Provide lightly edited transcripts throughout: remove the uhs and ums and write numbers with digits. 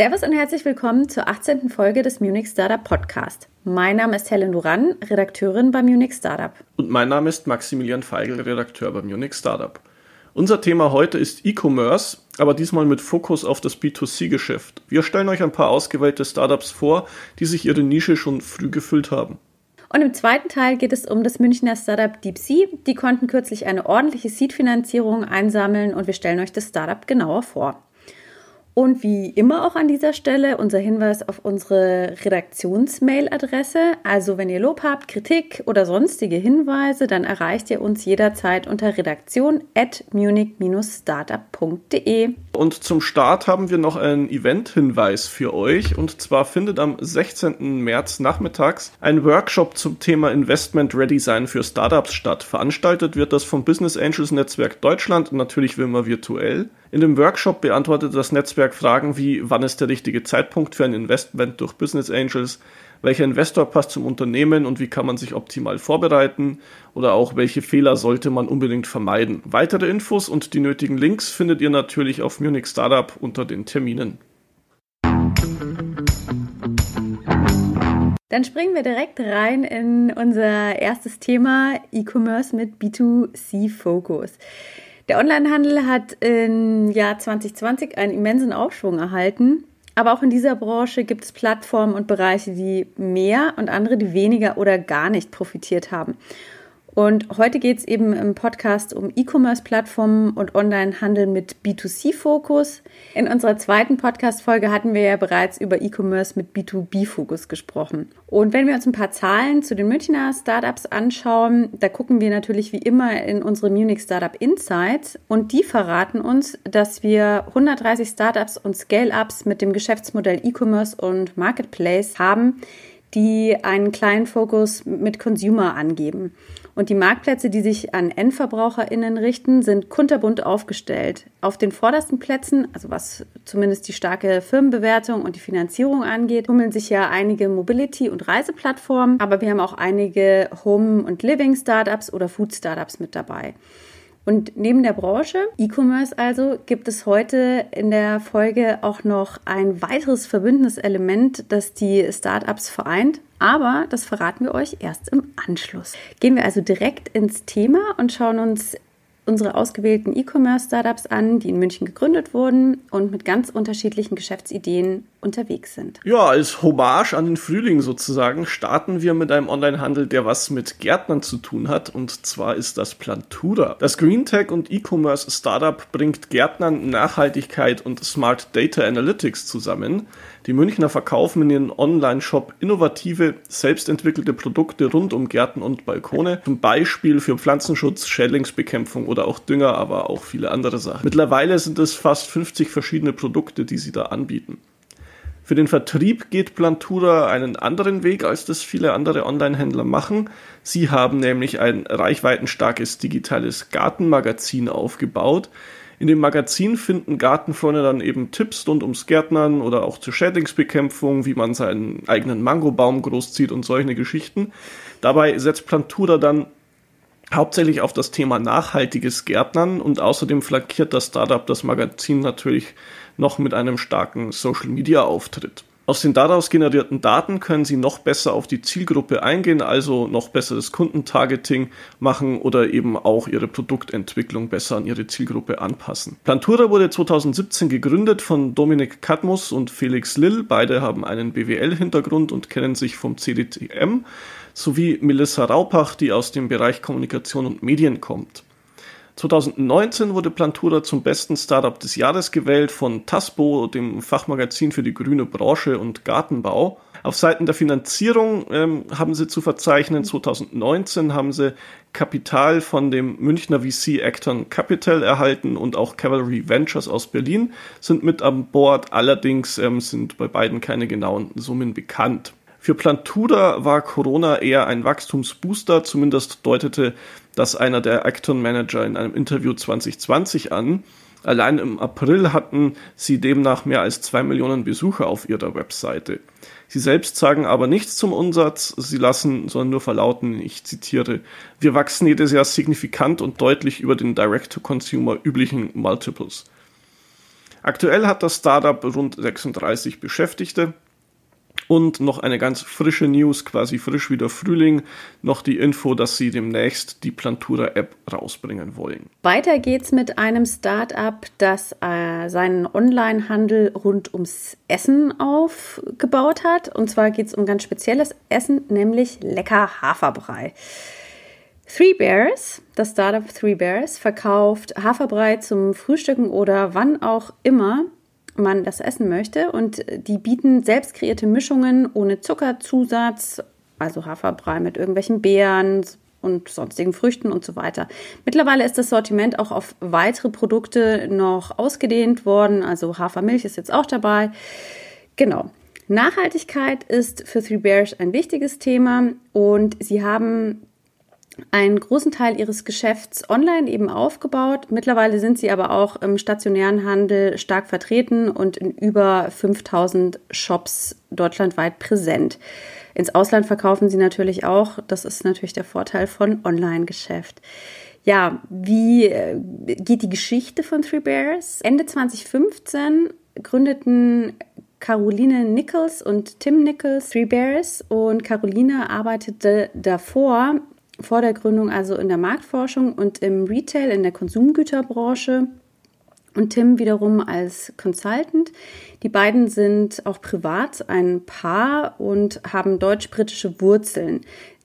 Servus und herzlich willkommen zur 18. Folge des Munich Startup Podcast. Mein Name ist Helen Duran, Redakteurin bei Munich Startup. Und mein Name ist Maximilian Feigl, Redakteur bei Munich Startup. Unser Thema heute ist E-Commerce, aber diesmal mit Fokus auf das B2C-Geschäft. Wir stellen euch ein paar ausgewählte Startups vor, die sich ihre Nische schon früh gefüllt haben. Und im zweiten Teil geht es um das Münchner Startup DeepSea. Die konnten kürzlich eine ordentliche Seed-Finanzierung einsammeln und wir stellen euch das Startup genauer vor. Und wie immer auch an dieser Stelle unser Hinweis auf unsere Redaktionsmail-Adresse. Also wenn ihr Lob habt, Kritik oder sonstige Hinweise, dann erreicht ihr uns jederzeit unter redaktion@munich-startup.de. Und zum Start haben wir noch einen Event-Hinweis für euch. Und zwar findet am 16. März nachmittags ein Workshop zum Thema Investment Ready Sein für Startups statt. Veranstaltet wird das vom Business Angels Netzwerk Deutschland, natürlich wie immer virtuell. In dem Workshop beantwortet das Netzwerk Fragen wie, wann ist der richtige Zeitpunkt für ein Investment durch Business Angels, welcher Investor passt zum Unternehmen und wie kann man sich optimal vorbereiten oder auch welche Fehler sollte man unbedingt vermeiden. Weitere Infos und die nötigen Links findet ihr natürlich auf Munich Startup unter den Terminen. Dann springen wir direkt rein in unser erstes Thema, E-Commerce mit B2C-Fokus. Der Onlinehandel hat im Jahr 2020 einen immensen Aufschwung erhalten, aber auch in dieser Branche gibt es Plattformen und Bereiche, die mehr und andere, die weniger oder gar nicht profitiert haben. Und heute geht es eben im Podcast um E-Commerce-Plattformen und Onlinehandel mit B2C-Fokus. In unserer zweiten Podcast-Folge hatten wir ja bereits über E-Commerce mit B2B-Fokus gesprochen. Und wenn wir uns ein paar Zahlen zu den Münchner Startups anschauen, da gucken wir natürlich wie immer in unsere Munich Startup Insights und die verraten uns, dass wir 130 Startups und Scale-Ups mit dem Geschäftsmodell E-Commerce und Marketplace haben, die einen kleinen Fokus mit Consumer angeben. Und die Marktplätze, die sich an EndverbraucherInnen richten, sind kunterbunt aufgestellt. Auf den vordersten Plätzen, also was zumindest die starke Firmenbewertung und die Finanzierung angeht, tummeln sich ja einige Mobility- und Reiseplattformen, aber wir haben auch einige Home- und Living-Startups oder Food-Startups mit dabei. Und neben der Branche, E-Commerce also, gibt es heute in der Folge auch noch ein weiteres verbindendes Element, das die Startups vereint. Aber das verraten wir euch erst im Anschluss. Gehen wir also direkt ins Thema und schauen uns unsere ausgewählten E-Commerce-Startups an, die in München gegründet wurden und mit ganz unterschiedlichen Geschäftsideen unterwegs sind. Ja, als Hommage an den Frühling sozusagen starten wir mit einem Onlinehandel, der was mit Gärtnern zu tun hat, und zwar ist das Plantura. Das Greentech- und E-Commerce-Startup bringt Gärtnern Nachhaltigkeit und Smart Data Analytics zusammen. Die Münchner verkaufen in ihren Online-Shop innovative, selbstentwickelte Produkte rund um Gärten und Balkone, zum Beispiel für Pflanzenschutz, Schädlingsbekämpfung oder auch Dünger, aber auch viele andere Sachen. Mittlerweile sind es fast 50 verschiedene Produkte, die sie da anbieten. Für den Vertrieb geht Plantura einen anderen Weg, als das viele andere Online-Händler machen. Sie haben nämlich ein reichweitenstarkes digitales Gartenmagazin aufgebaut. In dem Magazin finden Gartenfreunde dann eben Tipps rund ums Gärtnern oder auch zur Schädlingsbekämpfung, wie man seinen eigenen Mangobaum großzieht und solche Geschichten. Dabei setzt Plantura dann hauptsächlich auf das Thema nachhaltiges Gärtnern und außerdem flankiert das Startup das Magazin natürlich noch mit einem starken Social-Media-Auftritt. Aus den daraus generierten Daten können Sie noch besser auf die Zielgruppe eingehen, also noch besseres Kundentargeting machen oder eben auch Ihre Produktentwicklung besser an Ihre Zielgruppe anpassen. Plantura wurde 2017 gegründet von Dominik Kadmus und Felix Lill. Beide haben einen BWL-Hintergrund und kennen sich vom CDTM, sowie Melissa Raupach, die aus dem Bereich Kommunikation und Medien kommt. 2019 wurde Plantura zum besten Startup des Jahres gewählt von TASBO, dem Fachmagazin für die grüne Branche und Gartenbau. Auf Seiten der Finanzierung haben sie zu verzeichnen, 2019 haben sie Kapital von dem Münchner VC Acton Capital erhalten und auch Cavalry Ventures aus Berlin sind mit an Bord. Allerdings sind bei beiden keine genauen Summen bekannt. Für Plantura war Corona eher ein Wachstumsbooster, zumindest deutete das einer der Acton-Manager in einem Interview 2020 an. Allein im April hatten sie demnach mehr als 2 Millionen Besucher auf ihrer Webseite. Sie selbst sagen aber nichts zum Umsatz, sie lassen sondern nur verlauten, ich zitiere, wir wachsen jedes Jahr signifikant und deutlich über den Direct-to-Consumer üblichen Multiples. Aktuell hat das Startup rund 36 Beschäftigte. Und noch eine ganz frische News, quasi frisch wie der Frühling, noch die Info, dass sie demnächst die Plantura-App rausbringen wollen. Weiter geht's mit einem Start-up, das seinen Online-Handel rund ums Essen aufgebaut hat. Und zwar geht's um ganz spezielles Essen, nämlich lecker Haferbrei. Three Bears, das Startup Three Bears, verkauft Haferbrei zum Frühstücken oder wann auch immer man das essen möchte, und die bieten selbst kreierte Mischungen ohne Zuckerzusatz, also Haferbrei mit irgendwelchen Beeren und sonstigen Früchten und so weiter. Mittlerweile ist das Sortiment auch auf weitere Produkte noch ausgedehnt worden, also Hafermilch ist jetzt auch dabei. Genau. Nachhaltigkeit ist für Three Bears ein wichtiges Thema, und sie haben einen großen Teil ihres Geschäfts online eben aufgebaut. Mittlerweile sind sie aber auch im stationären Handel stark vertreten und in über 5000 Shops deutschlandweit präsent. Ins Ausland verkaufen sie natürlich auch. Das ist natürlich der Vorteil von Online-Geschäft. Ja, wie geht die Geschichte von Three Bears? Ende 2015 gründeten Caroline Nichols und Tim Nichols Three Bears, und Caroline arbeitete vor der Gründung also in der Marktforschung und im Retail, in der Konsumgüterbranche, und Tim wiederum als Consultant. Die beiden sind auch privat ein Paar und haben deutsch-britische Wurzeln.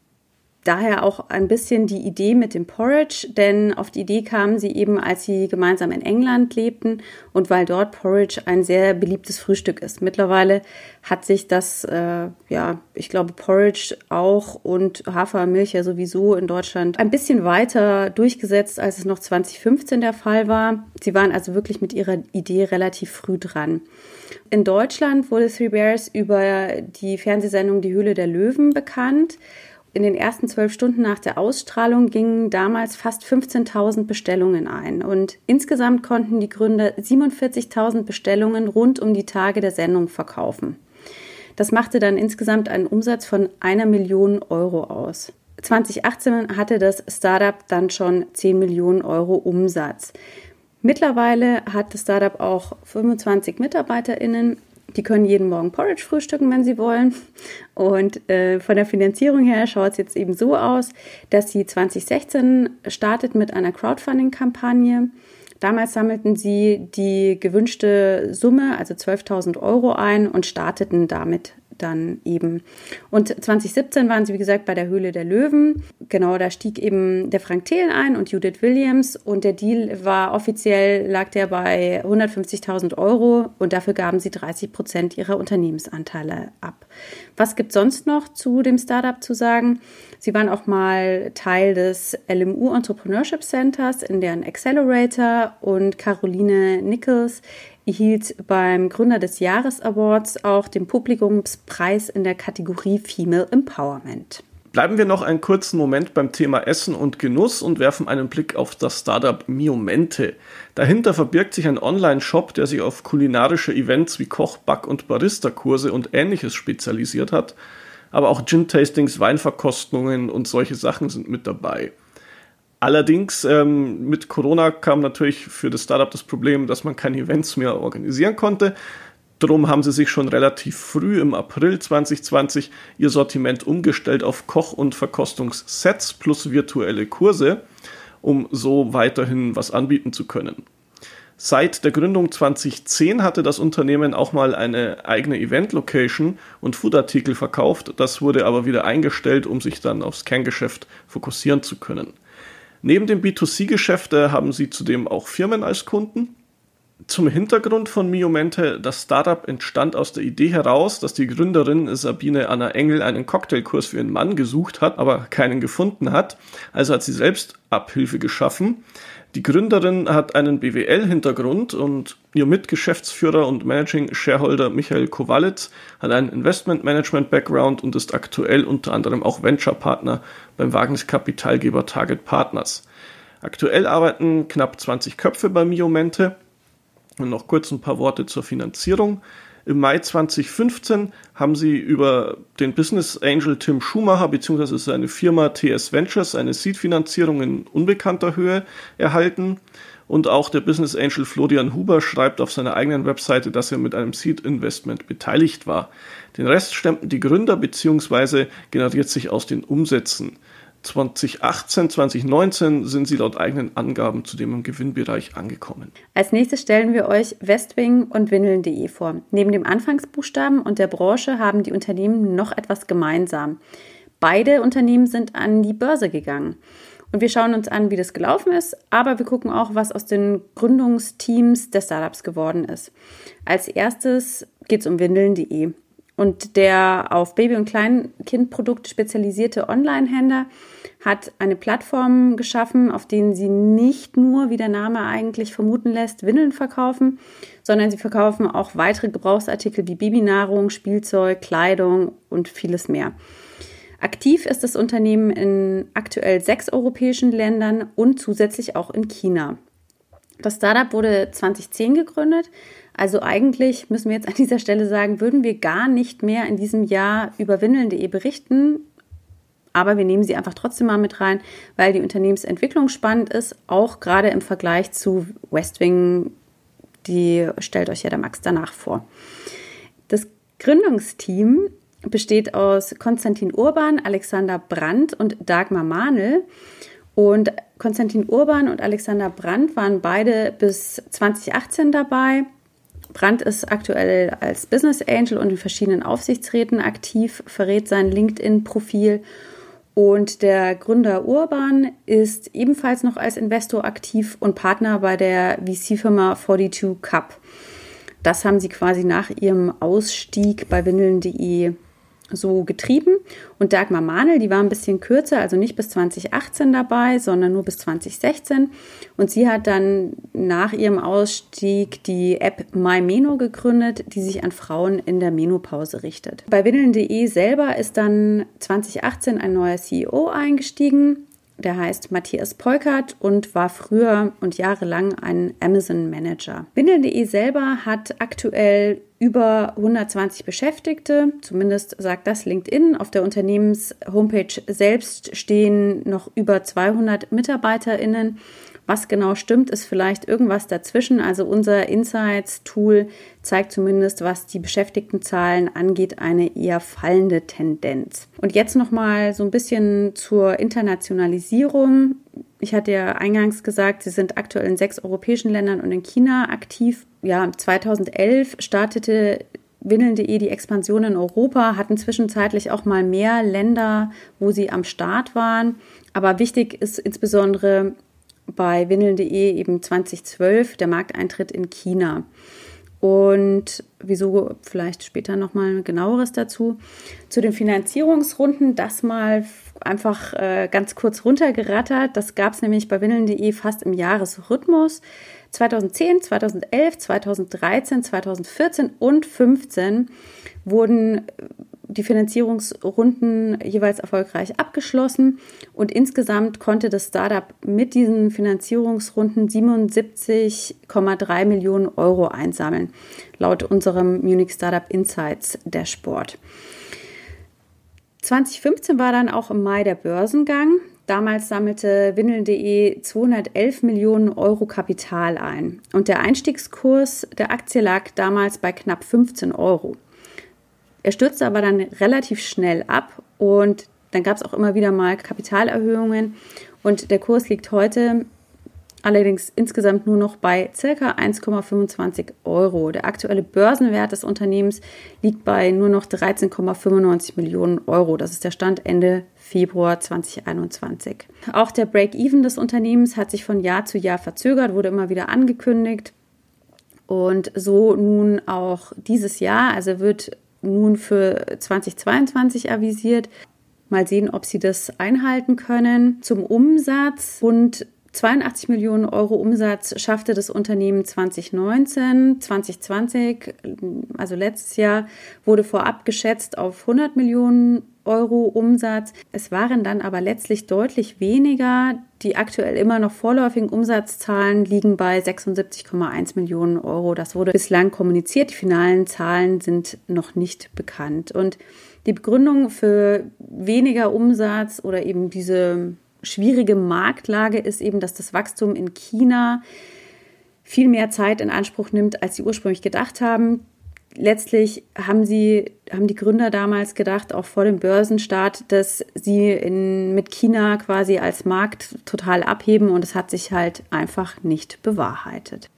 Daher auch ein bisschen die Idee mit dem Porridge, denn auf die Idee kamen sie eben, als sie gemeinsam in England lebten und weil dort Porridge ein sehr beliebtes Frühstück ist. Mittlerweile hat sich das, ich glaube Porridge auch und Hafermilch ja sowieso in Deutschland ein bisschen weiter durchgesetzt, als es noch 2015 der Fall war. Sie waren also wirklich mit ihrer Idee relativ früh dran. In Deutschland wurde Three Bears über die Fernsehsendung Die Höhle der Löwen bekannt. In den ersten 12 Stunden nach der Ausstrahlung gingen damals fast 15.000 Bestellungen ein. Und insgesamt konnten die Gründer 47.000 Bestellungen rund um die Tage der Sendung verkaufen. Das machte dann insgesamt einen Umsatz von 1 Million Euro aus. 2018 hatte das Startup dann schon 10 Millionen Euro Umsatz. Mittlerweile hat das Startup auch 25 MitarbeiterInnen. Die können jeden Morgen Porridge frühstücken, wenn sie wollen. Und von der Finanzierung her schaut es jetzt eben so aus, dass sie 2016 startet mit einer Crowdfunding-Kampagne. Damals sammelten sie die gewünschte Summe, also 12.000 Euro ein, und starteten damit dann eben. Und 2017 waren sie, wie gesagt, bei der Höhle der Löwen. Genau, da stieg eben der Frank Thelen ein und Judith Williams, und der Deal war offiziell, lag der bei 150.000 Euro, und dafür gaben sie 30% ihrer Unternehmensanteile ab. Was gibt es sonst noch zu dem Startup zu sagen? Sie waren auch mal Teil des LMU Entrepreneurship Centers in deren Accelerator, und Caroline Nichols erhielt beim Gründer des Jahres Awards auch den Publikumspreis in der Kategorie Female Empowerment. Bleiben wir noch einen kurzen Moment beim Thema Essen und Genuss und werfen einen Blick auf das Startup Miomente. Dahinter verbirgt sich ein Online-Shop, der sich auf kulinarische Events wie Koch-, Back- und Barista-Kurse und Ähnliches spezialisiert hat. Aber auch Gin-Tastings, Weinverkostungen und solche Sachen sind mit dabei. Allerdings mit Corona kam natürlich für das Startup das Problem, dass man keine Events mehr organisieren konnte. Darum haben sie sich schon relativ früh im April 2020 ihr Sortiment umgestellt auf Koch- und Verkostungssets plus virtuelle Kurse, um so weiterhin was anbieten zu können. Seit der Gründung 2010 hatte das Unternehmen auch mal eine eigene Event-Location und Foodartikel verkauft. Das wurde aber wieder eingestellt, um sich dann aufs Kerngeschäft fokussieren zu können. Neben dem B2C-Geschäft haben sie zudem auch Firmen als Kunden. Zum Hintergrund von Miomente: Das Startup entstand aus der Idee heraus, dass die Gründerin Sabine Anna Engel einen Cocktailkurs für ihren Mann gesucht hat, aber keinen gefunden hat. Also hat sie selbst Abhilfe geschaffen. Die Gründerin hat einen BWL-Hintergrund und ihr Mitgeschäftsführer und Managing Shareholder Michael Kowalitz hat einen Investment-Management-Background und ist aktuell unter anderem auch Venture-Partner beim Wagniskapitalgeber Target Partners. Aktuell arbeiten knapp 20 Köpfe bei Miomente. Und noch kurz ein paar Worte zur Finanzierung. Im Mai 2015 haben sie über den Business Angel Tim Schumacher bzw. seine Firma TS Ventures eine Seed-Finanzierung in unbekannter Höhe erhalten. Und auch der Business Angel Florian Huber schreibt auf seiner eigenen Webseite, dass er mit einem Seed Investment beteiligt war. Den Rest stemmten die Gründer bzw. generiert sich aus den Umsätzen. 2018, 2019 sind sie laut eigenen Angaben zudem im Gewinnbereich angekommen. Als nächstes stellen wir euch Westwing und Windeln.de vor. Neben dem Anfangsbuchstaben und der Branche haben die Unternehmen noch etwas gemeinsam. Beide Unternehmen sind an die Börse gegangen. Und wir schauen uns an, wie das gelaufen ist, aber wir gucken auch, was aus den Gründungsteams der Startups geworden ist. Als erstes geht es um Windeln.de. Und der auf Baby- und Kleinkindprodukte spezialisierte Online-Händler hat eine Plattform geschaffen, auf denen sie nicht nur, wie der Name eigentlich vermuten lässt, Windeln verkaufen, sondern sie verkaufen auch weitere Gebrauchsartikel wie Babynahrung, Spielzeug, Kleidung und vieles mehr. Aktiv ist das Unternehmen in aktuell 6 europäischen Ländern und zusätzlich auch in China. Das Startup wurde 2010 gegründet. Also eigentlich müssen wir jetzt an dieser Stelle sagen, würden wir gar nicht mehr in diesem Jahr über Windeln.de berichten. Aber wir nehmen sie einfach trotzdem mal mit rein, weil die Unternehmensentwicklung spannend ist, auch gerade im Vergleich zu Westwing, die stellt euch ja der Max danach vor. Das Gründungsteam besteht aus Konstantin Urban, Alexander Brandt und Dagmar Mahnl. Und Konstantin Urban und Alexander Brandt waren beide bis 2018 dabei. Brandt ist aktuell als Business Angel und in verschiedenen Aufsichtsräten aktiv, verrät sein LinkedIn-Profil. Und der Gründer Urban ist ebenfalls noch als Investor aktiv und Partner bei der VC-Firma 42 Cup. Das haben sie quasi nach ihrem Ausstieg bei Windeln.de so getrieben. Und Dagmar Mahnl, die war ein bisschen kürzer, also nicht bis 2018 dabei, sondern nur bis 2016. Und sie hat dann nach ihrem Ausstieg die App MyMeno gegründet, die sich an Frauen in der Menopause richtet. Bei Windeln.de selber ist dann 2018 ein neuer CEO eingestiegen. Der heißt Matthias Peukert und war früher und jahrelang ein Amazon-Manager. Windeln.de selber hat aktuell über 120 Beschäftigte, zumindest sagt das LinkedIn. Auf der Unternehmens-Homepage selbst stehen noch über 200 MitarbeiterInnen. Was genau stimmt, ist vielleicht irgendwas dazwischen. Also unser Insights-Tool zeigt zumindest, was die Beschäftigtenzahlen angeht, eine eher fallende Tendenz. Und jetzt nochmal so ein bisschen zur Internationalisierung. Ich hatte ja eingangs gesagt, sie sind aktuell in 6 europäischen Ländern und in China aktiv. Ja, 2011 startete Windeln.de die Expansion in Europa, hatten zwischenzeitlich auch mal mehr Länder, wo sie am Start waren. Aber wichtig ist insbesondere bei Windeln.de eben 2012 der Markteintritt in China. Und wieso vielleicht später nochmal genaueres dazu. Zu den Finanzierungsrunden, das mal einfach ganz kurz runtergerattert. Das gab es nämlich bei Windeln.de fast im Jahresrhythmus. 2010, 2011, 2013, 2014 und 2015 wurden die Finanzierungsrunden jeweils erfolgreich abgeschlossen und insgesamt konnte das Startup mit diesen Finanzierungsrunden 77,3 Millionen Euro einsammeln, laut unserem Munich Startup Insights Dashboard. 2015 war dann auch im Mai der Börsengang. Damals sammelte Windeln.de 211 Millionen Euro Kapital ein und der Einstiegskurs der Aktie lag damals bei knapp 15 Euro. Er stürzte aber dann relativ schnell ab und dann gab es auch immer wieder mal Kapitalerhöhungen und der Kurs liegt heute allerdings insgesamt nur noch bei ca. 1,25 Euro. Der aktuelle Börsenwert des Unternehmens liegt bei nur noch 13,95 Millionen Euro. Das ist der Stand Ende Februar 2021. Auch der Break-Even des Unternehmens hat sich von Jahr zu Jahr verzögert, wurde immer wieder angekündigt und so nun auch dieses Jahr, also wird nun für 2022 avisiert. Mal sehen, ob sie das einhalten können. Zum Umsatz: rund 82 Millionen Euro Umsatz schaffte das Unternehmen 2019. 2020, also letztes Jahr, wurde vorab geschätzt auf 100 Millionen Euro Umsatz. Es waren dann aber letztlich deutlich weniger. Die aktuell immer noch vorläufigen Umsatzzahlen liegen bei 76,1 Millionen Euro. Das wurde bislang kommuniziert. Die finalen Zahlen sind noch nicht bekannt. Und die Begründung für weniger Umsatz oder eben diese schwierige Marktlage ist eben, dass das Wachstum in China viel mehr Zeit in Anspruch nimmt, als sie ursprünglich gedacht haben. Letztlich haben die Gründer damals gedacht, auch vor dem Börsenstart, dass sie mit China quasi als Markt total abheben, und es hat sich halt einfach nicht bewahrheitet.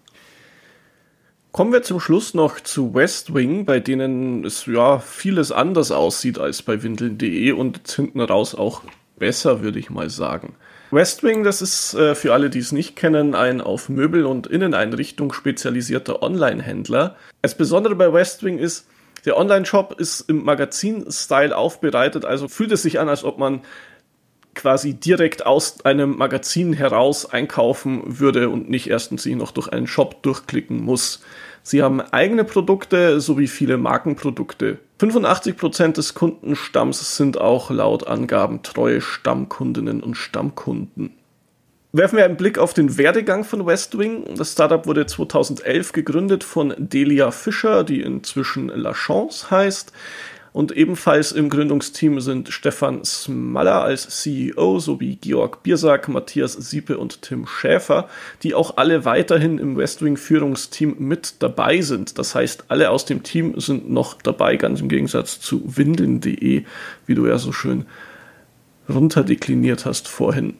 Kommen wir zum Schluss noch zu Westwing, bei denen es ja vieles anders aussieht als bei Windeln.de und hinten raus auch besser, würde ich mal sagen. Westwing, das ist für alle, die es nicht kennen, ein auf Möbel- und Inneneinrichtung spezialisierter Online-Händler. Das Besondere bei Westwing ist, der Online-Shop ist im Magazin-Style aufbereitet, also fühlt es sich an, als ob man quasi direkt aus einem Magazin heraus einkaufen würde und nicht erstens sich noch durch einen Shop durchklicken muss. Sie haben eigene Produkte sowie viele Markenprodukte. 85% des Kundenstamms sind auch laut Angaben treue Stammkundinnen und Stammkunden. Werfen wir einen Blick auf den Werdegang von Westwing. Das Startup wurde 2011 gegründet von Delia Fischer, die inzwischen La Chance heißt. Und ebenfalls im Gründungsteam sind Stefan Smaller als CEO sowie Georg Biersack, Matthias Siepe und Tim Schäfer, die auch alle weiterhin im Westwing-Führungsteam mit dabei sind. Das heißt, alle aus dem Team sind noch dabei, ganz im Gegensatz zu Windeln.de, wie du ja so schön runterdekliniert hast vorhin.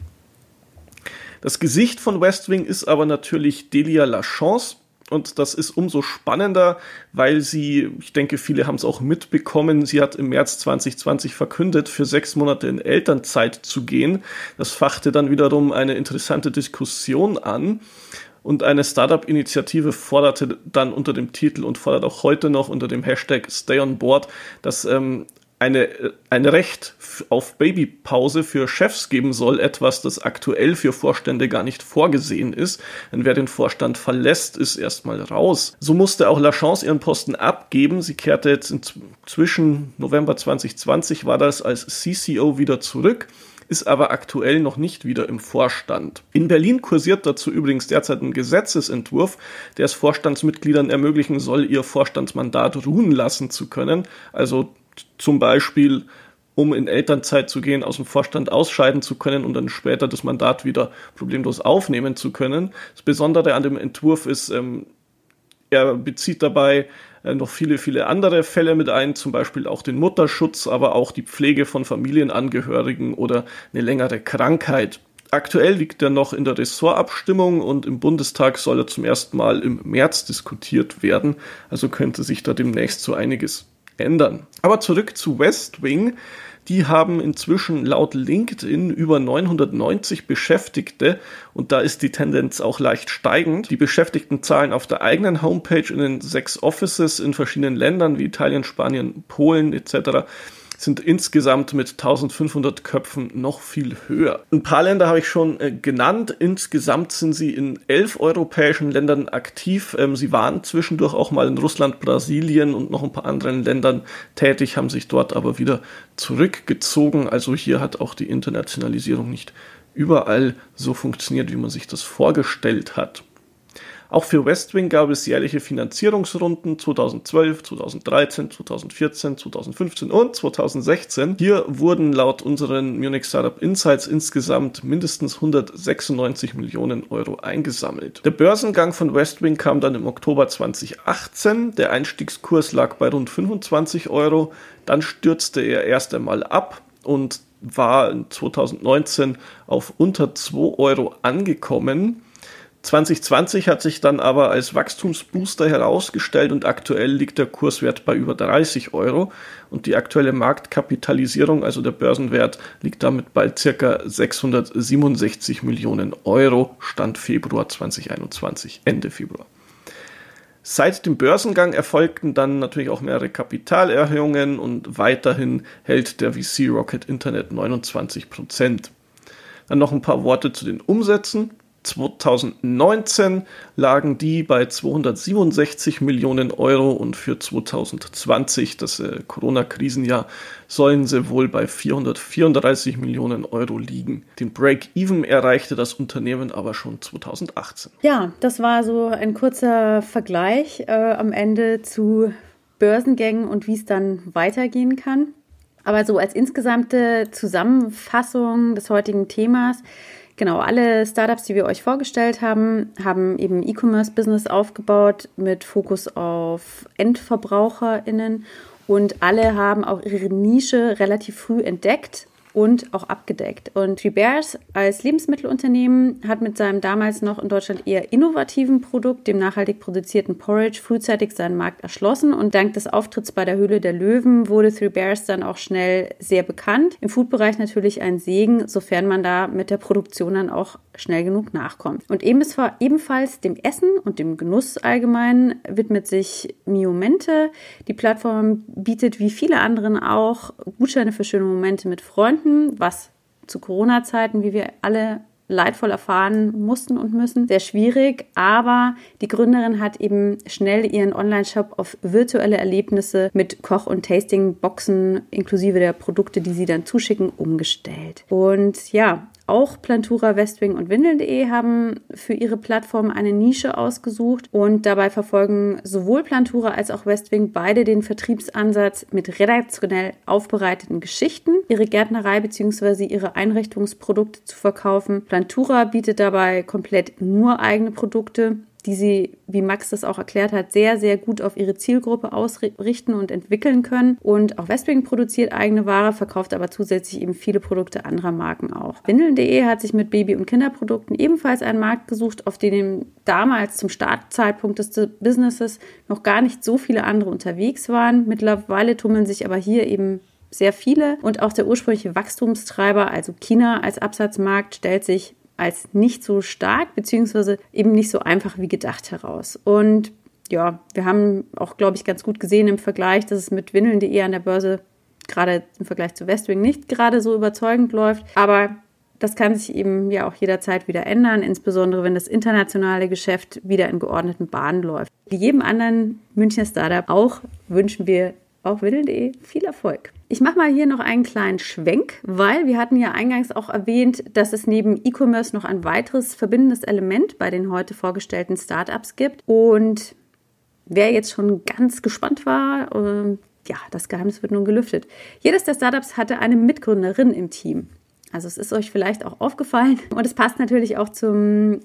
Das Gesicht von Westwing ist aber natürlich Delia La Chance. Und das ist umso spannender, weil sie, ich denke, viele haben es auch mitbekommen, sie hat im März 2020 verkündet, für 6 Monate in Elternzeit zu gehen. Das fachte dann wiederum eine interessante Diskussion an. Und eine Startup-Initiative forderte dann unter dem Titel und fordert auch heute noch unter dem Hashtag Stay on Board, dass ein Recht auf Babypause für Chefs geben soll, etwas, das aktuell für Vorstände gar nicht vorgesehen ist. Denn wer den Vorstand verlässt, ist erstmal raus. So musste auch La Chance ihren Posten abgeben. Sie kehrte jetzt inzwischen November 2020, war das als CCO wieder zurück, ist aber aktuell noch nicht wieder im Vorstand. In Berlin kursiert dazu übrigens derzeit ein Gesetzesentwurf, der es Vorstandsmitgliedern ermöglichen soll, ihr Vorstandsmandat ruhen lassen zu können. Also zum Beispiel, um in Elternzeit zu gehen, aus dem Vorstand ausscheiden zu können und dann später das Mandat wieder problemlos aufnehmen zu können. Das Besondere an dem Entwurf ist, er bezieht dabei noch viele, viele andere Fälle mit ein, zum Beispiel auch den Mutterschutz, aber auch die Pflege von Familienangehörigen oder eine längere Krankheit. Aktuell liegt er noch in der Ressortabstimmung und im Bundestag soll er zum ersten Mal im März diskutiert werden. Also könnte sich da demnächst so einiges ändern. Aber zurück zu Westwing. Die haben inzwischen laut LinkedIn über 990 Beschäftigte und da ist die Tendenz auch leicht steigend. Die Beschäftigtenzahlen auf der eigenen Homepage in den 6 Offices in verschiedenen Ländern wie Italien, Spanien, Polen etc. sind insgesamt mit 1500 Köpfen noch viel höher. Ein paar Länder habe ich schon genannt. Insgesamt sind sie in 11 europäischen Ländern aktiv. Sie waren zwischendurch auch mal in Russland, Brasilien und noch ein paar anderen Ländern tätig, haben sich dort aber wieder zurückgezogen. Also hier hat auch die Internationalisierung nicht überall so funktioniert, wie man sich das vorgestellt hat. Auch für Westwing gab es jährliche Finanzierungsrunden 2012, 2013, 2014, 2015 und 2016. Hier wurden laut unseren Munich Startup Insights insgesamt mindestens 196 Millionen Euro eingesammelt. Der Börsengang von Westwing kam dann im Oktober 2018. Der Einstiegskurs lag bei rund 25 Euro. Dann stürzte er erst einmal ab und war 2019 auf unter 2 Euro angekommen. 2020 hat sich dann aber als Wachstumsbooster herausgestellt und aktuell liegt der Kurswert bei über 30 Euro und die aktuelle Marktkapitalisierung, also der Börsenwert, liegt damit bei ca. 667 Millionen Euro, Stand Februar 2021, Ende Februar. Seit dem Börsengang erfolgten dann natürlich auch mehrere Kapitalerhöhungen und weiterhin hält der VC Rocket Internet 29%. Dann noch ein paar Worte zu den Umsätzen. 2019 lagen die bei 267 Millionen Euro und für 2020, das Corona-Krisenjahr, sollen sie wohl bei 434 Millionen Euro liegen. Den Break-Even erreichte das Unternehmen aber schon 2018. Ja, das war so ein kurzer Vergleich am Ende zu Börsengängen und wie es dann weitergehen kann. Aber so als insgesamte Zusammenfassung des heutigen Themas Genau, alle Startups, die wir euch vorgestellt haben, haben eben E-Commerce-Business aufgebaut mit Fokus auf EndverbraucherInnen und alle haben auch ihre Nische relativ früh entdeckt und auch abgedeckt. Und Three Bears als Lebensmittelunternehmen hat mit seinem damals noch in Deutschland eher innovativen Produkt, dem nachhaltig produzierten Porridge, frühzeitig seinen Markt erschlossen. Und dank des Auftritts bei der Höhle der Löwen wurde Three Bears dann auch schnell sehr bekannt. Im Food-Bereich natürlich ein Segen, sofern man da mit der Produktion dann auch schnell genug nachkommt. Und ebenfalls dem Essen und dem Genuss allgemein widmet sich Miomente. Die Plattform bietet wie viele anderen auch Gutscheine für schöne Momente mit Freunden, was zu Corona-Zeiten, wie wir alle leidvoll erfahren mussten und müssen, sehr schwierig. Aber die Gründerin hat eben schnell ihren Online-Shop auf virtuelle Erlebnisse mit Koch- und Tasting-Boxen inklusive der Produkte, die sie dann zuschicken, umgestellt. Und ja, auch Plantura, Westwing und Windeln.de haben für ihre Plattform eine Nische ausgesucht und dabei verfolgen sowohl Plantura als auch Westwing beide den Vertriebsansatz mit redaktionell aufbereiteten Geschichten, ihre Gärtnerei bzw. ihre Einrichtungsprodukte zu verkaufen. Plantura bietet dabei komplett nur eigene Produkte, die sie, wie Max das auch erklärt hat, sehr, sehr gut auf ihre Zielgruppe ausrichten und entwickeln können. Und auch Westwing produziert eigene Ware, verkauft aber zusätzlich eben viele Produkte anderer Marken auch. Windeln.de hat sich mit Baby- und Kinderprodukten ebenfalls einen Markt gesucht, auf dem damals zum Startzeitpunkt des Businesses noch gar nicht so viele andere unterwegs waren. Mittlerweile tummeln sich aber hier eben sehr viele. Und auch der ursprüngliche Wachstumstreiber, also China als Absatzmarkt, stellt sich als nicht so stark beziehungsweise eben nicht so einfach wie gedacht heraus. Und ja, wir haben auch, glaube ich, ganz gut gesehen im Vergleich, dass es mit Windeln.de an der Börse gerade im Vergleich zu Westwing nicht gerade so überzeugend läuft. Aber das kann sich eben ja auch jederzeit wieder ändern, insbesondere wenn das internationale Geschäft wieder in geordneten Bahnen läuft. Wie jedem anderen Münchner Startup auch wünschen wir auch Windeln.de viel Erfolg. Ich mache mal hier noch einen kleinen Schwenk, weil wir hatten ja eingangs auch erwähnt, dass es neben E-Commerce noch ein weiteres verbindendes Element bei den heute vorgestellten Startups gibt. Und wer jetzt schon ganz gespannt war, ja, das Geheimnis wird nun gelüftet. Jedes der Startups hatte eine Mitgründerin im Team. Also es ist euch vielleicht auch aufgefallen. Und es passt natürlich auch zum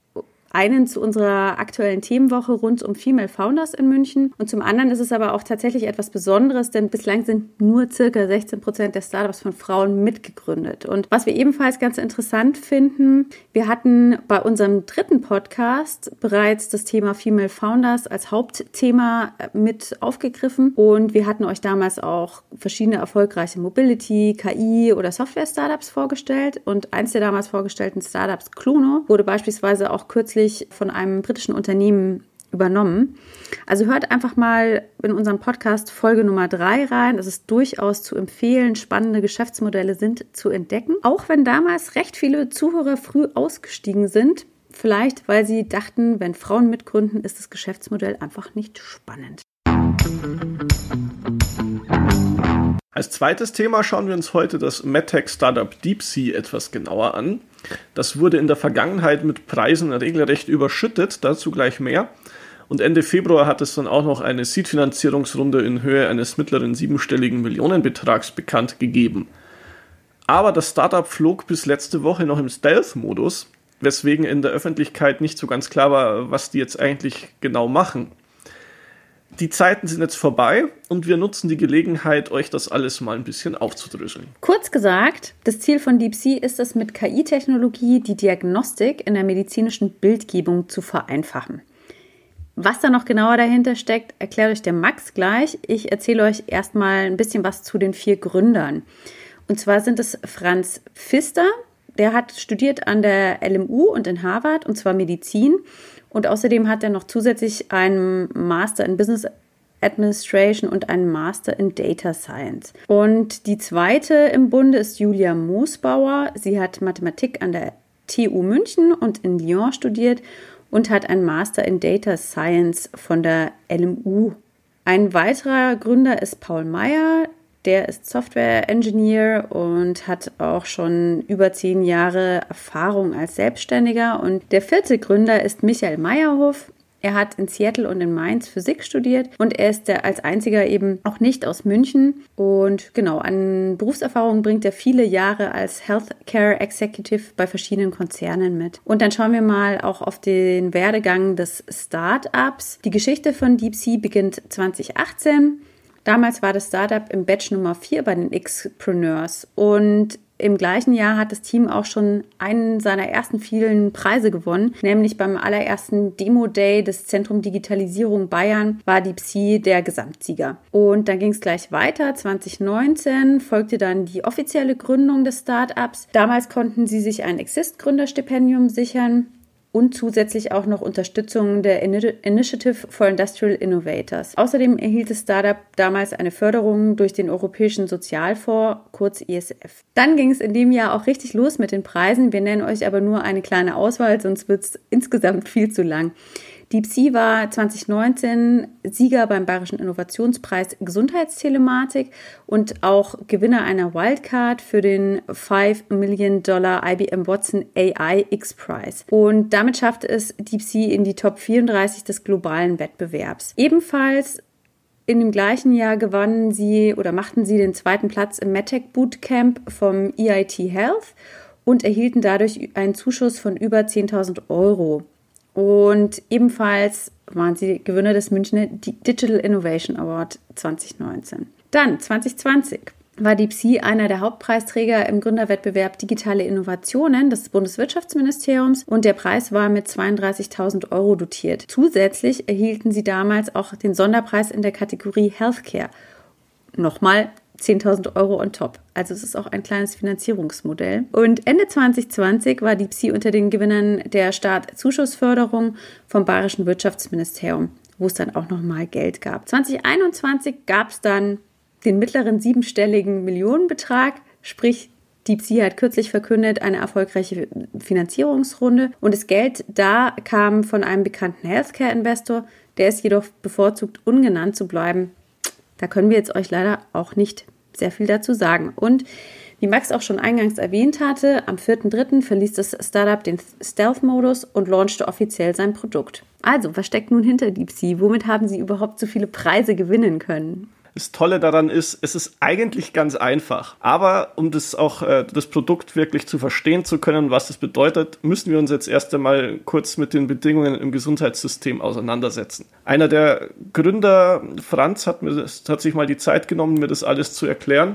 einen zu unserer aktuellen Themenwoche rund um Female Founders in München. Und zum anderen ist es aber auch tatsächlich etwas Besonderes, denn bislang sind nur circa 16% der Startups von Frauen mitgegründet. Und was wir ebenfalls ganz interessant finden, wir hatten bei unserem 3. Podcast bereits das Thema Female Founders als Hauptthema mit aufgegriffen. Und wir hatten euch damals auch verschiedene erfolgreiche Mobility, KI oder Software-Startups vorgestellt. Und eins der damals vorgestellten Startups, Cluno, wurde beispielsweise auch kürzlich von einem britischen Unternehmen übernommen. Also hört einfach mal in unserem Podcast Folge Nummer 3 rein. Es ist durchaus zu empfehlen. Spannende Geschäftsmodelle sind zu entdecken. Auch wenn damals recht viele Zuhörer früh ausgestiegen sind. Vielleicht, weil sie dachten, wenn Frauen mitgründen, ist das Geschäftsmodell einfach nicht spannend. Als zweites Thema schauen wir uns heute das MedTech-Startup DeepSea etwas genauer an. Das wurde in der Vergangenheit mit Preisen regelrecht überschüttet, dazu gleich mehr. Und Ende Februar hat es dann auch noch eine Seed-Finanzierungsrunde in Höhe eines mittleren 7-stelligen Millionenbetrags bekannt gegeben. Aber das Startup flog bis letzte Woche noch im Stealth-Modus, weswegen in der Öffentlichkeit nicht so ganz klar war, was die jetzt eigentlich genau machen. Die Zeiten sind jetzt vorbei und wir nutzen die Gelegenheit, euch das alles mal ein bisschen aufzudröseln. Kurz gesagt, das Ziel von DeepSea ist es, mit KI-Technologie die Diagnostik in der medizinischen Bildgebung zu vereinfachen. Was da noch genauer dahinter steckt, erklärt euch der Max gleich. Ich erzähle euch erstmal ein bisschen was zu den 4 Gründern. Und zwar sind es Franz Pfister, der hat studiert an der LMU und in Harvard, und zwar Medizin. Und außerdem hat er noch zusätzlich einen Master in Business Administration und einen Master in Data Science. Und die zweite im Bunde ist Julia Moosbauer. Sie hat Mathematik an der TU München und in Lyon studiert und hat einen Master in Data Science von der LMU. Ein weiterer Gründer ist Paul Meyer. Der ist Software-Engineer und hat auch schon über 10 Jahre Erfahrung als Selbstständiger. Und der 4. Gründer ist Michael Meyerhoff. Er hat in Seattle und in Mainz Physik studiert und er ist als einziger eben auch nicht aus München. Und genau, an Berufserfahrung bringt er viele Jahre als Healthcare Executive bei verschiedenen Konzernen mit. Und dann schauen wir mal auch auf den Werdegang des Startups. Die Geschichte von DeepSea beginnt 2018. Damals war das Startup im Batch Nummer 4 bei den Xpreneurs und im gleichen Jahr hat das Team auch schon einen seiner ersten vielen Preise gewonnen, nämlich beim allerersten Demo-Day des Zentrum Digitalisierung Bayern war DeepSea der Gesamtsieger. Und dann ging es gleich weiter. 2019 folgte dann die offizielle Gründung des Startups. Damals konnten sie sich ein Exist-Gründerstipendium sichern und zusätzlich auch noch Unterstützung der Initiative for Industrial Innovators. Außerdem erhielt das Startup damals eine Förderung durch den Europäischen Sozialfonds, kurz ESF. Dann ging es in dem Jahr auch richtig los mit den Preisen. Wir nennen euch aber nur eine kleine Auswahl, sonst wird es insgesamt viel zu lang. DeepSea war 2019 Sieger beim Bayerischen Innovationspreis Gesundheitstelematik und auch Gewinner einer Wildcard für den $5 Million IBM Watson AI X-Prize. Und damit schaffte es DeepSea in die Top 34 des globalen Wettbewerbs. Ebenfalls in dem gleichen Jahr machten sie den zweiten Platz im MedTech Bootcamp vom EIT Health und erhielten dadurch einen Zuschuss von über 10.000 Euro. Und ebenfalls waren sie Gewinner des Münchner Digital Innovation Award 2019. Dann 2020 war DeepSea einer der Hauptpreisträger im Gründerwettbewerb Digitale Innovationen des Bundeswirtschaftsministeriums und der Preis war mit 32.000 Euro dotiert. Zusätzlich erhielten sie damals auch den Sonderpreis in der Kategorie Healthcare. Nochmal 10.000 Euro on top. Also es ist auch ein kleines Finanzierungsmodell. Und Ende 2020 war DeepSea unter den Gewinnern der Startzuschussförderung vom Bayerischen Wirtschaftsministerium, wo es dann auch nochmal Geld gab. 2021 gab es dann den mittleren 7-stelligen Millionenbetrag, sprich DeepSea hat kürzlich verkündet, eine erfolgreiche Finanzierungsrunde und das Geld da kam von einem bekannten Healthcare-Investor, der ist jedoch bevorzugt, ungenannt zu bleiben. Da können wir jetzt euch leider auch nicht sehr viel dazu sagen. Und wie Max auch schon eingangs erwähnt hatte, am 4.3. verließ das Startup den Stealth-Modus und launchte offiziell sein Produkt. Also, was steckt nun hinter DeepSea? Womit haben sie überhaupt so viele Preise gewinnen können? Das Tolle daran ist, es ist eigentlich ganz einfach. Aber um das Produkt wirklich zu verstehen zu können, was das bedeutet, müssen wir uns jetzt erst einmal kurz mit den Bedingungen im Gesundheitssystem auseinandersetzen. Einer der Gründer, Franz, hat sich mal die Zeit genommen, mir das alles zu erklären.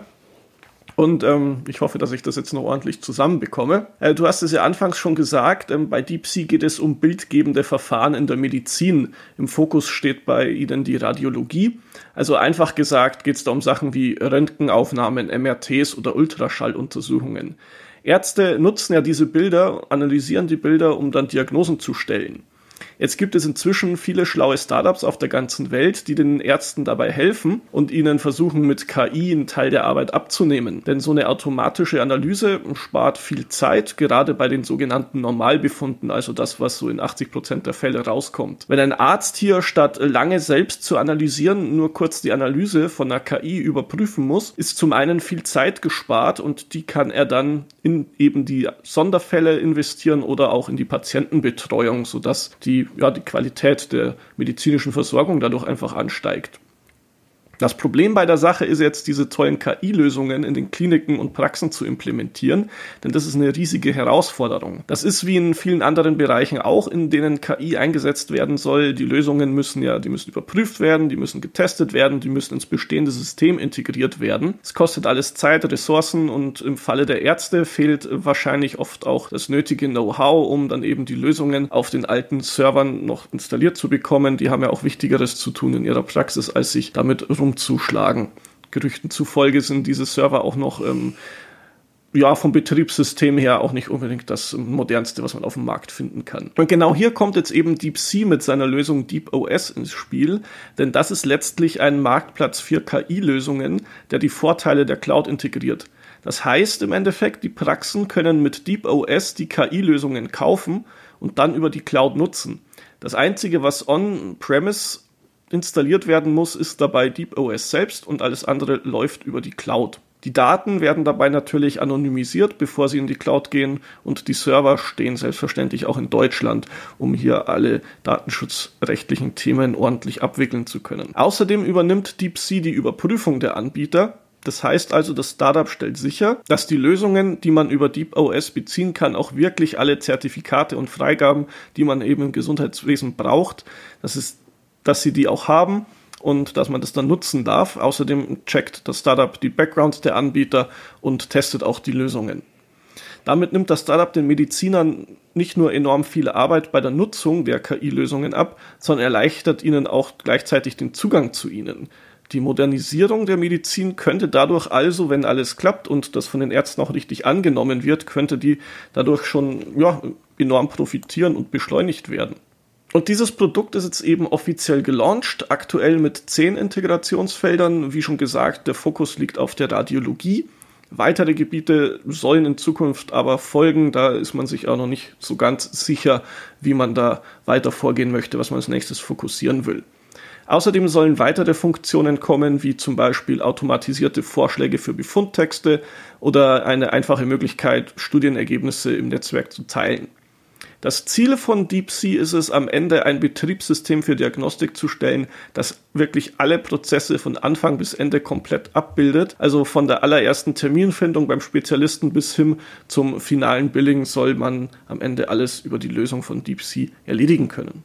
Und ich hoffe, dass ich das jetzt noch ordentlich zusammenbekomme. Du hast es ja anfangs schon gesagt, bei DeepSea geht es um bildgebende Verfahren in der Medizin. Im Fokus steht bei ihnen die Radiologie. Also einfach gesagt geht es da um Sachen wie Röntgenaufnahmen, MRTs oder Ultraschalluntersuchungen. Ärzte nutzen ja diese Bilder, analysieren die Bilder, um dann Diagnosen zu stellen. Jetzt gibt es inzwischen viele schlaue Startups auf der ganzen Welt, die den Ärzten dabei helfen und ihnen versuchen, mit KI einen Teil der Arbeit abzunehmen. Denn so eine automatische Analyse spart viel Zeit, gerade bei den sogenannten Normalbefunden, also das, was so in 80% der Fälle rauskommt. Wenn ein Arzt hier statt lange selbst zu analysieren, nur kurz die Analyse von einer KI überprüfen muss, ist zum einen viel Zeit gespart und die kann er dann in eben die Sonderfälle investieren oder auch in die Patientenbetreuung, sodass die Qualität der medizinischen Versorgung dadurch einfach ansteigt. Das Problem bei der Sache ist jetzt, diese tollen KI-Lösungen in den Kliniken und Praxen zu implementieren, denn das ist eine riesige Herausforderung. Das ist wie in vielen anderen Bereichen auch, in denen KI eingesetzt werden soll. Die Lösungen müssen überprüft werden, die müssen getestet werden, die müssen ins bestehende System integriert werden. Es kostet alles Zeit, Ressourcen und im Falle der Ärzte fehlt wahrscheinlich oft auch das nötige Know-how, um dann eben die Lösungen auf den alten Servern noch installiert zu bekommen. Die haben ja auch Wichtigeres zu tun in ihrer Praxis, als sich damit rumzuschlagen. Gerüchten zufolge sind diese Server auch noch vom Betriebssystem her auch nicht unbedingt das modernste, was man auf dem Markt finden kann. Und genau hier kommt jetzt eben DeepSea mit seiner Lösung DeepOS ins Spiel, denn das ist letztlich ein Marktplatz für KI-Lösungen, der die Vorteile der Cloud integriert. Das heißt im Endeffekt, die Praxen können mit DeepOS die KI-Lösungen kaufen und dann über die Cloud nutzen. Das Einzige, was on-premise installiert werden muss, ist dabei DeepOS selbst und alles andere läuft über die Cloud. Die Daten werden dabei natürlich anonymisiert, bevor sie in die Cloud gehen, und die Server stehen selbstverständlich auch in Deutschland, um hier alle datenschutzrechtlichen Themen ordentlich abwickeln zu können. Außerdem übernimmt DeepSea die Überprüfung der Anbieter. Das heißt also, das Startup stellt sicher, dass die Lösungen, die man über DeepOS beziehen kann, auch wirklich alle Zertifikate und Freigaben, die man eben im Gesundheitswesen braucht, dass sie die auch haben und dass man das dann nutzen darf. Außerdem checkt das Startup die Backgrounds der Anbieter und testet auch die Lösungen. Damit nimmt das Startup den Medizinern nicht nur enorm viel Arbeit bei der Nutzung der KI-Lösungen ab, sondern erleichtert ihnen auch gleichzeitig den Zugang zu ihnen. Die Modernisierung der Medizin könnte dadurch also, wenn alles klappt und das von den Ärzten auch richtig angenommen wird, könnte die dadurch schon enorm profitieren und beschleunigt werden. Und dieses Produkt ist jetzt eben offiziell gelauncht, aktuell mit 10 Integrationsfeldern. Wie schon gesagt, der Fokus liegt auf der Radiologie. Weitere Gebiete sollen in Zukunft aber folgen. Da ist man sich auch noch nicht so ganz sicher, wie man da weiter vorgehen möchte, was man als nächstes fokussieren will. Außerdem sollen weitere Funktionen kommen, wie zum Beispiel automatisierte Vorschläge für Befundtexte oder eine einfache Möglichkeit, Studienergebnisse im Netzwerk zu teilen. Das Ziel von DeepSea ist es, am Ende ein Betriebssystem für Diagnostik zu stellen, das wirklich alle Prozesse von Anfang bis Ende komplett abbildet. Also von der allerersten Terminfindung beim Spezialisten bis hin zum finalen Billing soll man am Ende alles über die Lösung von DeepSea erledigen können.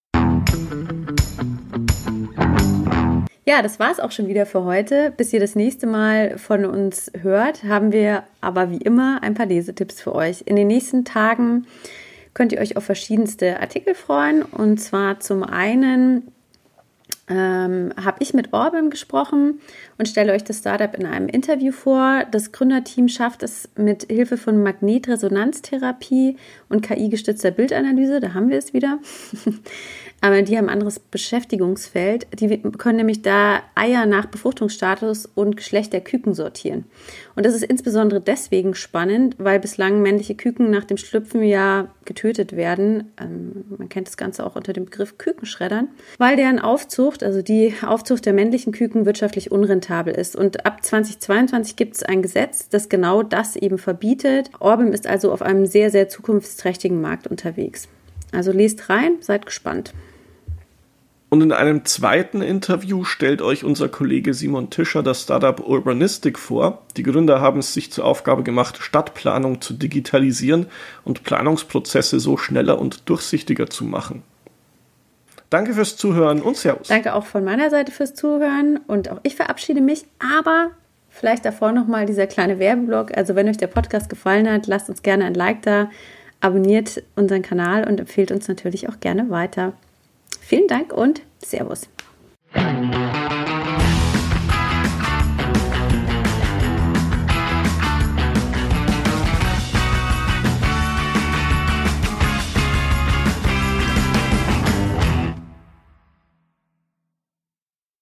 Ja, das war es auch schon wieder für heute. Bis ihr das nächste Mal von uns hört, haben wir aber wie immer ein paar Lesetipps für euch. In den nächsten Tagen könnt ihr euch auf verschiedenste Artikel freuen. Und zwar zum einen habe ich mit Orbim gesprochen und stelle euch das Startup in einem Interview vor. Das Gründerteam schafft es mit Hilfe von Magnetresonanztherapie und KI-gestützter Bildanalyse, da haben wir es wieder. Aber die haben ein anderes Beschäftigungsfeld. Die können nämlich da Eier nach Befruchtungsstatus und Geschlecht der Küken sortieren. Und das ist insbesondere deswegen spannend, weil bislang männliche Küken nach dem Schlüpfen ja getötet werden. Man kennt das Ganze auch unter dem Begriff Kükenschreddern, weil deren Aufzucht, also die Aufzucht der männlichen Küken, wirtschaftlich unrentabel ist. Und ab 2022 gibt es ein Gesetz, das genau das eben verbietet. Orbim ist also auf einem sehr, sehr zukunftsträchtigen Markt unterwegs. Also lest rein, seid gespannt. Und in einem zweiten Interview stellt euch unser Kollege Simon Tischer das Startup Urbanistic vor. Die Gründer haben es sich zur Aufgabe gemacht, Stadtplanung zu digitalisieren und Planungsprozesse so schneller und durchsichtiger zu machen. Danke fürs Zuhören und Servus. Danke auch von meiner Seite fürs Zuhören und auch ich verabschiede mich, aber vielleicht davor nochmal dieser kleine Werbeblock. Also wenn euch der Podcast gefallen hat, lasst uns gerne ein Like da, abonniert unseren Kanal und empfehlt uns natürlich auch gerne weiter. Vielen Dank und Servus.